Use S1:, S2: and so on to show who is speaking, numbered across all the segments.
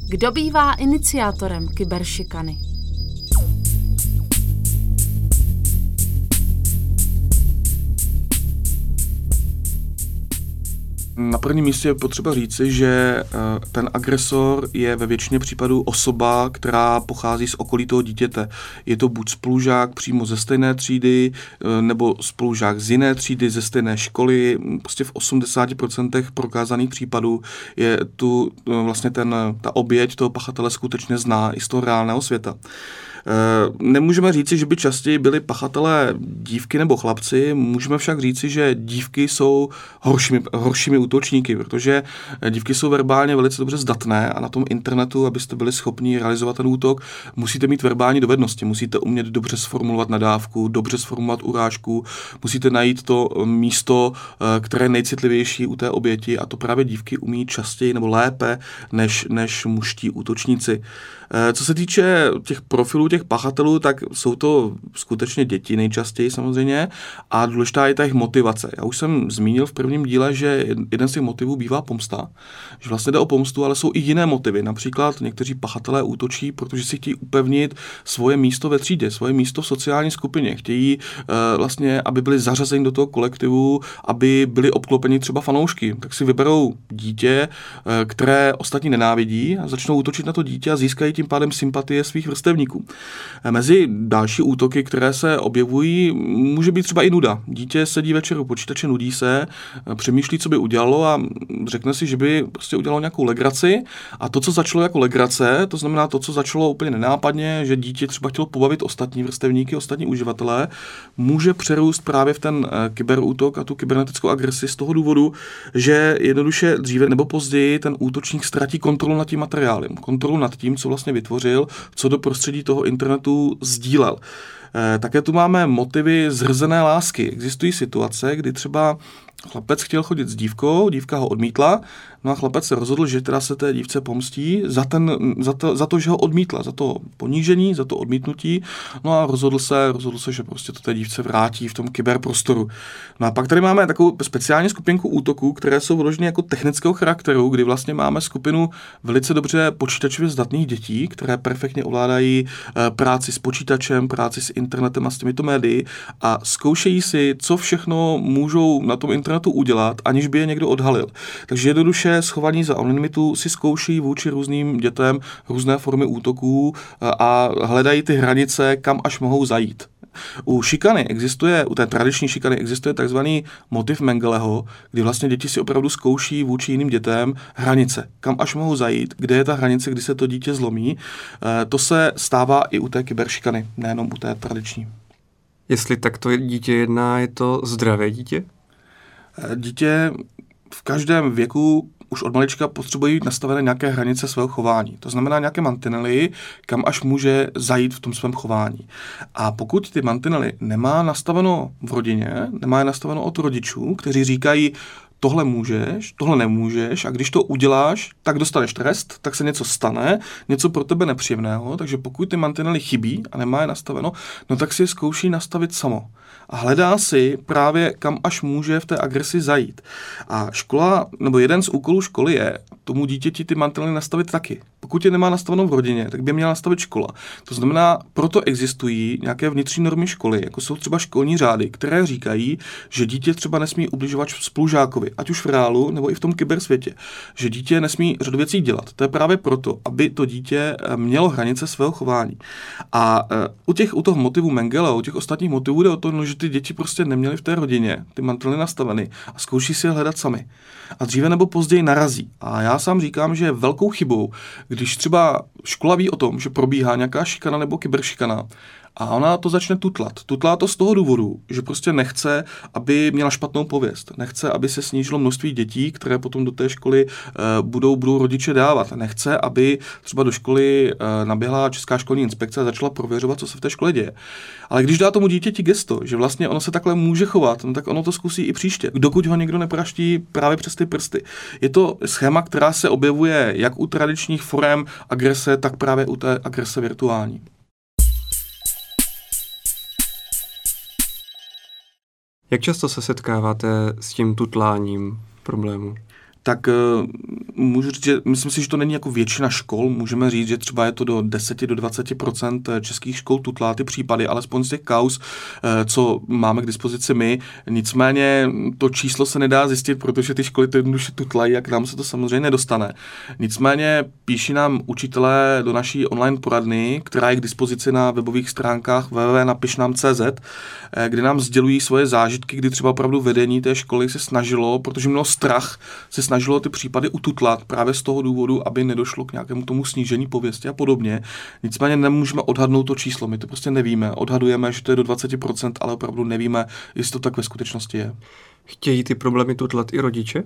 S1: Kdo bývá iniciátorem kyberšikany?
S2: Na prvním místě je potřeba říci, že ten agresor je ve většině případů osoba, která pochází z okolí toho dítěte. Je to buď spolužák přímo ze stejné třídy, nebo spolužák z jiné třídy, ze stejné školy. Prostě v 80% prokázaných případů je tu vlastně ta oběť toho pachatele skutečně zná i z toho reálného světa. Nemůžeme říci, že by častěji byli pachatelé dívky nebo chlapci, můžeme však říci, že dívky jsou horšími útočníky, protože dívky jsou verbálně velice dobře zdatné a na tom internetu, abyste byli schopni realizovat ten útok, musíte mít verbální dovednosti, musíte umět dobře sformulovat nadávku, dobře sformulovat urážku, musíte najít to místo, které je nejcitlivější u té oběti, a to právě dívky umí častěji nebo lépe než mužští útočníci. Co se týče těch profilů těch pachatelů, tak jsou to skutečně děti nejčastěji samozřejmě a důležitá je ta jejich motivace. Já už jsem zmínil v prvním díle, že jeden z těch motivů bývá pomsta, že vlastně jde o pomstu, ale jsou i jiné motivy. Například někteří pachatelé útočí, protože si chtějí upevnit svoje místo ve třídě, svoje místo v sociální skupině. Chtějí vlastně, aby byli zařazeni do toho kolektivu, aby byli obklopeni třeba fanoušky. Tak si vyberou dítě, které ostatní nenávidí, a začnou útočit na to dítě a získají tím pádem sympatie svých vrstevníků. Mezi další útoky, které se objevují, může být třeba i nuda. Dítě sedí večer u počítače, nudí se, přemýšlí, co by udělalo a řekne si, že by prostě udělalo nějakou legraci, a to, co začalo jako legrace, to znamená to, co začalo úplně nenápadně, že dítě třeba chtělo pobavit ostatní vrstevníky, ostatní uživatelé, může přerůst právě v ten kyberútok a tu kybernetickou agresi z toho důvodu, že jednoduše dříve nebo později ten útočník ztratí kontrolu nad tím materiálem, kontrolu nad tím, co vlastně vytvořil, co do prostředí toho internetu sdílel. Také tu máme motivy zhrzené lásky. Existují situace, kdy třeba chlapec chtěl chodit s dívkou, dívka ho odmítla, no a chlapec se rozhodl, že teda se té dívce pomstí za to, že ho odmítla, za to ponížení, za to odmítnutí, no a rozhodl se, že prostě to té dívce vrátí v tom kyberprostoru. No a pak tady máme takovou speciální skupinku útoků, které jsou vyložené jako technického charakteru, kdy vlastně máme skupinu velice dobře počítačově zdatných dětí, které perfektně ovládají práci s počítačem, práci s internetem a s těmito médii a zkoušejí si, co všechno můžou na tom internetu udělat, aniž by je někdo odhalil. Takže jednoduše schovaní za anonymitu si zkouší vůči různým dětem různé formy útoků a hledají ty hranice, kam až mohou zajít. U té tradiční šikany existuje takzvaný motiv Mengeleho, kdy vlastně děti si opravdu zkouší vůči jiným dětem hranice, kam až mohou zajít, kde je ta hranice, kdy se to dítě zlomí. To se stává i u té kyberšikany, nejenom u té tradiční.
S3: Jestli takto dítě jedná, je to zdravé dítě?
S2: Dítě v každém věku už od malička potřebují být nastavené nějaké hranice svého chování. To znamená nějaké mantinely, kam až může zajít v tom svém chování. A pokud ty mantinely nemá nastaveno v rodině, nemá je nastaveno od rodičů, kteří říkají, tohle můžeš, tohle nemůžeš, a když to uděláš, tak dostaneš trest, tak se něco stane, něco pro tebe nepříjemného, takže pokud ty mantinely chybí a nemá je nastaveno, no tak si je zkouší nastavit samo. A hledá si právě, kam až může v té agresi zajít. A škola, nebo jeden z úkolů školy je tomu dítěti ty mantinely nastavit taky. Pokud je nemá nastaveno v rodině, tak by měla nastavit škola. To znamená, proto existují nějaké vnitřní normy školy, jako jsou třeba školní řády, které říkají, že dítě třeba nesmí ubližovat spolužákovi, ať už v reálu nebo i v tom kybersvětě, že dítě nesmí řadu věcí dělat. To je právě proto, aby to dítě mělo hranice svého chování. A u toho motivu Mengele, u těch ostatních motivů jde o to, že ty děti prostě neměly v té rodině ty mantinely nastaveny a zkouší si je hledat sami. A dříve nebo později narazí. A já sám říkám, že je velkou chybou, když třeba škola ví o tom, že probíhá nějaká šikana nebo kyberšikana, a ona to začne tutlat. Tutlá to z toho důvodu, že prostě nechce, aby měla špatnou pověst. Nechce, aby se snížilo množství dětí, které potom do té školy budou rodiče dávat. Nechce, aby třeba do školy naběhla Česká školní inspekce a začala prověřovat, co se v té škole děje. Ale když dá tomu dítěti gesto, že vlastně ono se takhle může chovat, no tak ono to zkusí i příště, dokud ho někdo nepraští právě přes ty prsty. Je to schéma, která se objevuje jak u tradičních forem agrese, tak právě u té agrese virtuální.
S3: Jak často se setkáváte s tím tutláním problému?
S2: tak můžu říct, že myslím si, že to není jako většina škol. Můžeme říct, že třeba je to do 10-20% českých škol tutlá ty případy, alespoň z těch kauz, co máme k dispozici my. Nicméně to číslo se nedá zjistit, protože ty školy to jednoduše tutlají a k nám se to samozřejmě nedostane. Nicméně píší nám učitelé do naší online poradny, která je k dispozici na webových stránkách www.napišnam.cz, kde nám sdělují svoje zážitky, kdy třeba opravdu vedení té školy se snažilo, protože mělo strach, se snažilo ty případy ututlat právě z toho důvodu, aby nedošlo k nějakému tomu snížení pověsti a podobně. Nicméně nemůžeme odhadnout to číslo, my to prostě nevíme. Odhadujeme, že to je do 20%, ale opravdu nevíme, jestli to tak ve skutečnosti je.
S3: Chtějí ty problémy tutlat i rodiče?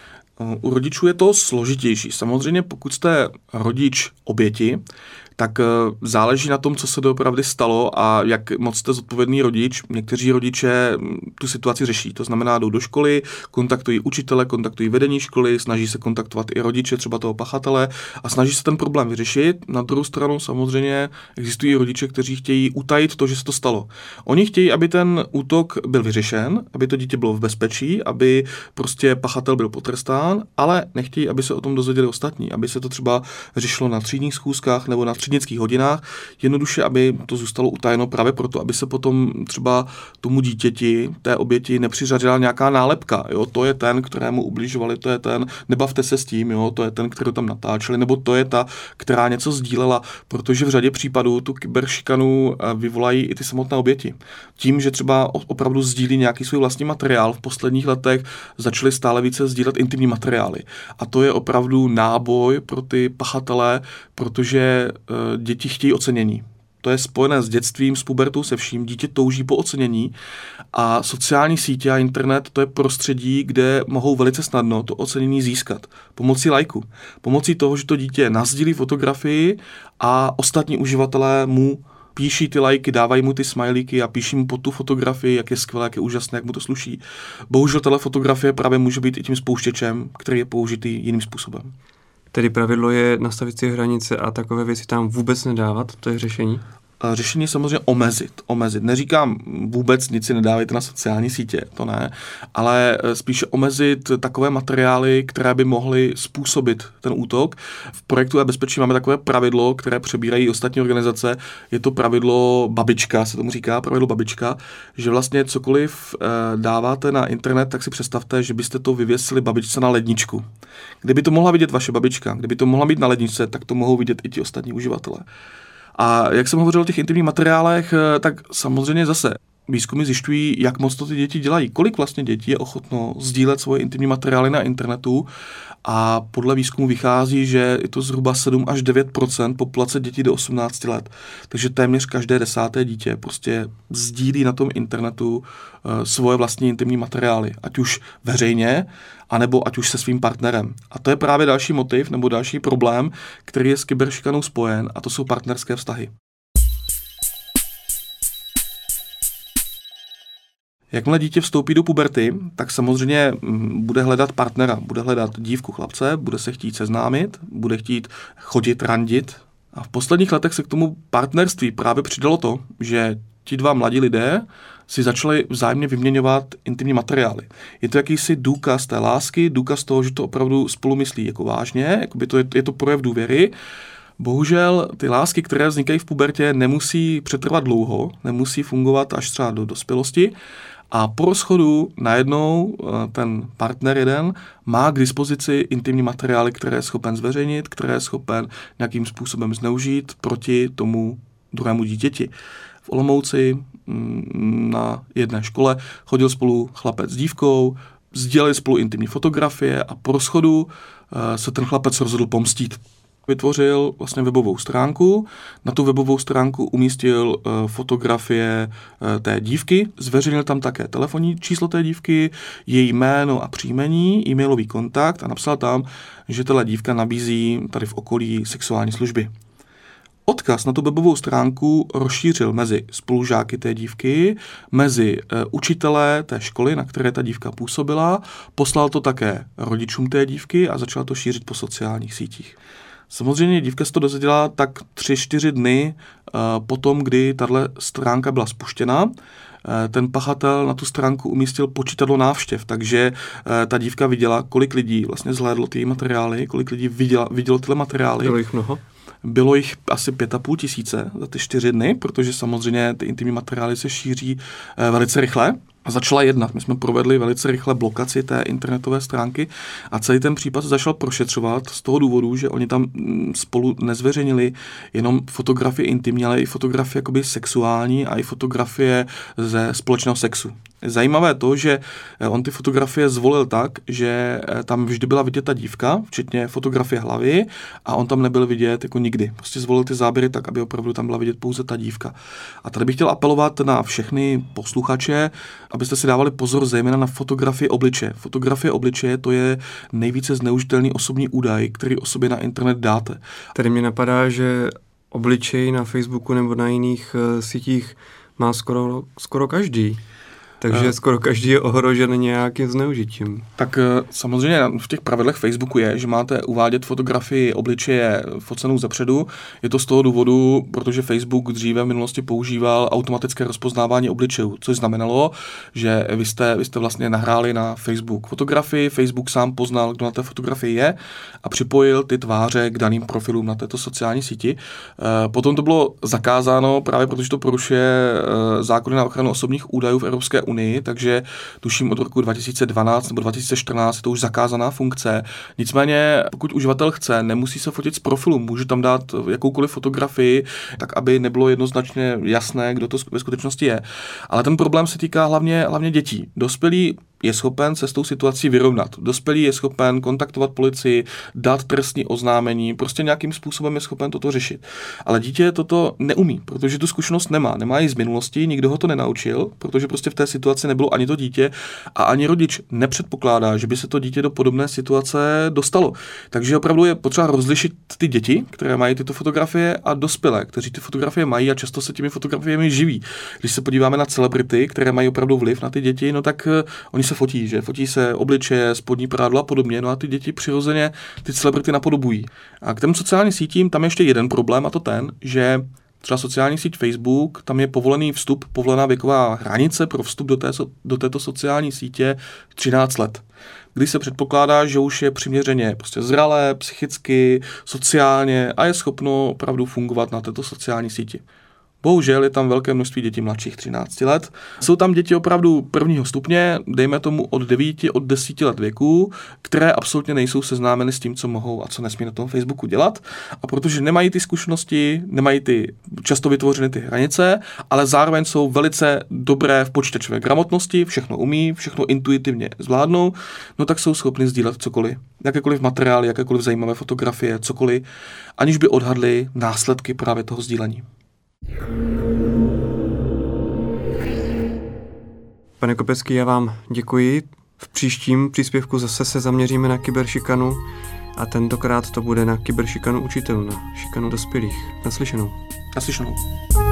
S2: U rodičů je to složitější. Samozřejmě pokud jste rodič oběti, tak záleží na tom, co se doopravdy stalo a jak moc jste zodpovědný rodič. Někteří rodiče tu situaci řeší, to znamená, jdou do školy, kontaktují učitele, kontaktují vedení školy, snaží se kontaktovat i rodiče, třeba toho pachatele a snaží se ten problém vyřešit. Na druhou stranu samozřejmě existují rodiče, kteří chtějí utajit to, že se to stalo. Oni chtějí, aby ten útok byl vyřešen, aby to dítě bylo v bezpečí, aby prostě pachatel byl potrestán, ale nechtějí, aby se o tom dozvěděli ostatní, aby se to třeba řešilo na třídních schůzkách nebo na třídnických hodinách, jednoduše, aby to zůstalo utajeno právě proto, aby se potom třeba tomu dítěti, té oběti nepřiřadila nějaká nálepka, jo, to je ten, kterému ubližovali, to je ten, nebavte se s tím, jo, to je ten, který tam natáčeli, nebo to je ta, která něco sdílela, protože v řadě případů tu kyberšikanu vyvolají i ty samotné oběti. Tím, že třeba opravdu sdílí nějaký svůj vlastní materiál, v posledních letech začali stále více sdílet intimní materiály. A to je opravdu náboj pro ty pachatele, protože děti chtějí ocenění. To je spojené s dětstvím, s pubertou, se vším. Dítě touží po ocenění a sociální sítě a internet to je prostředí, kde mohou velice snadno to ocenění získat. Pomocí lajku. Pomocí toho, že to dítě nasdílí fotografii a ostatní uživatelé mu píší ty lajky, dávají mu ty smajlíky a píší mu pod tu fotografii, jak je skvělé, jak je úžasné, jak mu to sluší. Bohužel tato fotografie právě může být i tím spouštěčem, který je použitý jiným způsobem.
S3: Tedy pravidlo je nastavit si hranice a takové věci tam vůbec nedávat, to je řešení?
S2: Řešení je samozřejmě omezit. Neříkám vůbec nic si nedávejte na sociální sítě, to ne, ale spíše omezit takové materiály, které by mohly způsobit ten útok. V projektu e-bezpečí máme takové pravidlo, které přebírají ostatní organizace, je to pravidlo babička, se tomu říká, pravidlo babička, že vlastně cokoliv dáváte na internet, tak si představte, že byste to vyvěsili babičce na ledničku. Kdyby to mohla vidět vaše babička, kdyby to mohla mít na ledničce, tak to mohou vidět i ti ostatní uživatelé. A jak jsem hovořil o těch intimních materiálech, tak samozřejmě zase výzkumy zjišťují, jak moc to ty děti dělají. Kolik vlastně dětí je ochotno sdílet svoje intimní materiály na internetu a podle výzkumu vychází, že je to zhruba 7 až 9% populace dětí do 18 let. Takže téměř každé 10. dítě prostě sdílí na tom internetu svoje vlastní intimní materiály, ať už veřejně, anebo ať už se svým partnerem. A to je právě další motiv nebo další problém, který je s kyberšikanou spojen, a to jsou partnerské vztahy. Jakmile dítě vstoupí do puberty, tak samozřejmě bude hledat partnera, bude hledat dívku, chlapce, bude se chtít seznámit, bude chtít chodit, randit. A v posledních letech se k tomu partnerství právě přidalo to, že ti dva mladí lidé si začali vzájemně vyměňovat intimní materiály. Je to jakýsi důkaz té lásky, důkaz toho, že to opravdu spolu myslí jako vážně, je to projev důvěry. Bohužel ty lásky, které vznikají v pubertě, nemusí přetrvat dlouho, nemusí fungovat až třeba do dospělosti. A po rozchodu najednou ten partner jeden má k dispozici intimní materiály, které je schopen zveřejnit, které je schopen nějakým způsobem zneužít proti tomu druhému dítěti. V Olomouci na jedné škole chodil spolu chlapec s dívkou, sdíleli spolu intimní fotografie a po rozchodu se ten chlapec rozhodl pomstít. Vytvořil vlastně webovou stránku, na tu webovou stránku umístil fotografie té dívky, zveřejnil tam také telefonní číslo té dívky, její jméno a příjmení, e-mailový kontakt a napsal tam, že tato dívka nabízí tady v okolí sexuální služby. Odkaz na tu webovou stránku rozšířil mezi spolužáky té dívky, mezi učitele té školy, na které ta dívka působila, poslal to také rodičům té dívky a začal to šířit po sociálních sítích. Samozřejmě dívka se to dozvěděla tak 3-4 dny potom, kdy tato stránka byla spuštěna. ten pachatel na tu stránku umístil počítadlo návštěv, takže ta dívka viděla, kolik lidí vlastně zhlédlo ty materiály, kolik lidí vidělo tyhle materiály.
S3: Bylo jich mnoho?
S2: Bylo jich asi 5 500 za ty 4 dny, protože samozřejmě ty intimní materiály se šíří velice rychle. A začala jednat. My jsme provedli velice rychle blokaci té internetové stránky a celý ten případ se začal prošetřovat z toho důvodu, že oni tam spolu nezveřejnili jenom fotografie intimní, ale i fotografie jakoby sexuální a i fotografie ze společného sexu. Zajímavé to, že on ty fotografie zvolil tak, že tam vždy byla vidět ta dívka, včetně fotografie hlavy, a on tam nebyl vidět jako nikdy. Prostě zvolil ty záběry tak, aby opravdu tam byla vidět pouze ta dívka. A tady bych chtěl apelovat na všechny posluchače, abyste si dávali pozor zejména na fotografii obličeje. Fotografie obličeje, to je nejvíce zneužitelný osobní údaj, který o sobě na internet dáte.
S3: Tady mě napadá, že obličej na Facebooku nebo na jiných sítích má skoro každý. Takže skoro každý je ohrožen nějakým zneužitím.
S2: Tak samozřejmě v těch pravidlech Facebooku je, že máte uvádět fotografii obličeje focenou zepředu. Je to z toho důvodu, protože Facebook dříve v minulosti používal automatické rozpoznávání obličejů, což znamenalo, že vy jste vlastně nahráli na Facebook fotografii, Facebook sám poznal, kdo na té fotografii je a připojil ty tváře k daným profilům na této sociální síti. Potom to bylo zakázáno právě protože to porušuje zákony na ochranu osobních údajů v Evropské unii, takže tuším od roku 2012 nebo 2014 je to už zakázaná funkce. Nicméně, pokud uživatel chce, nemusí se fotit z profilu, může tam dát jakoukoliv fotografii, tak aby nebylo jednoznačně jasné, kdo to ve skutečnosti je. Ale ten problém se týká hlavně dětí. Dospělý je schopen se s tou situací vyrovnat. Dospělý je schopen kontaktovat policii, dát trestní oznámení, prostě nějakým způsobem je schopen toto řešit. Ale dítě toto neumí, protože tu zkušenost nemá ji z minulosti, nikdo ho to nenaučil, protože prostě v té situaci nebylo ani to dítě a ani rodič nepředpokládá, že by se to dítě do podobné situace dostalo. Takže opravdu je potřeba rozlišit ty děti, které mají tyto fotografie, a dospělé, kteří ty fotografie mají a často se těmi fotografiemi živí. Když se podíváme na celebrity, které mají opravdu vliv na ty děti, no tak oni se fotí se obličeje, spodní prádlo a podobně, no a ty děti přirozeně ty celebrity napodobují. A k těm sociálním sítím tam je ještě jeden problém, a to ten, že třeba sociální síť Facebook, tam je povolený vstup, povolená věková hranice pro vstup do této sociální sítě 13 let. Kdy se předpokládá, že už je přiměřeně prostě zralé, psychicky, sociálně a je schopno opravdu fungovat na této sociální síti. Bohužel je tam velké množství dětí mladších 13 let. Jsou tam děti opravdu prvního stupně, dejme tomu od 9, od 10 let věku, které absolutně nejsou seznámeny s tím, co mohou a co nesmí na tom Facebooku dělat. A protože nemají ty zkušenosti, nemají ty často vytvořeny ty hranice, ale zároveň jsou velice dobré v počítačové gramotnosti, všechno umí, všechno intuitivně zvládnou, no tak jsou schopni sdílet cokoliv. Jakékoliv materiály, jakékoliv zajímavé fotografie, cokoliv, aniž by odhadli následky právě toho sdílení.
S3: Pane Kopecký, já vám děkuji. V příštím příspěvku zase se zaměříme na kyberšikanu a tentokrát to bude na kyberšikanu učitelů, na šikanu dospělých. Naslyšenou.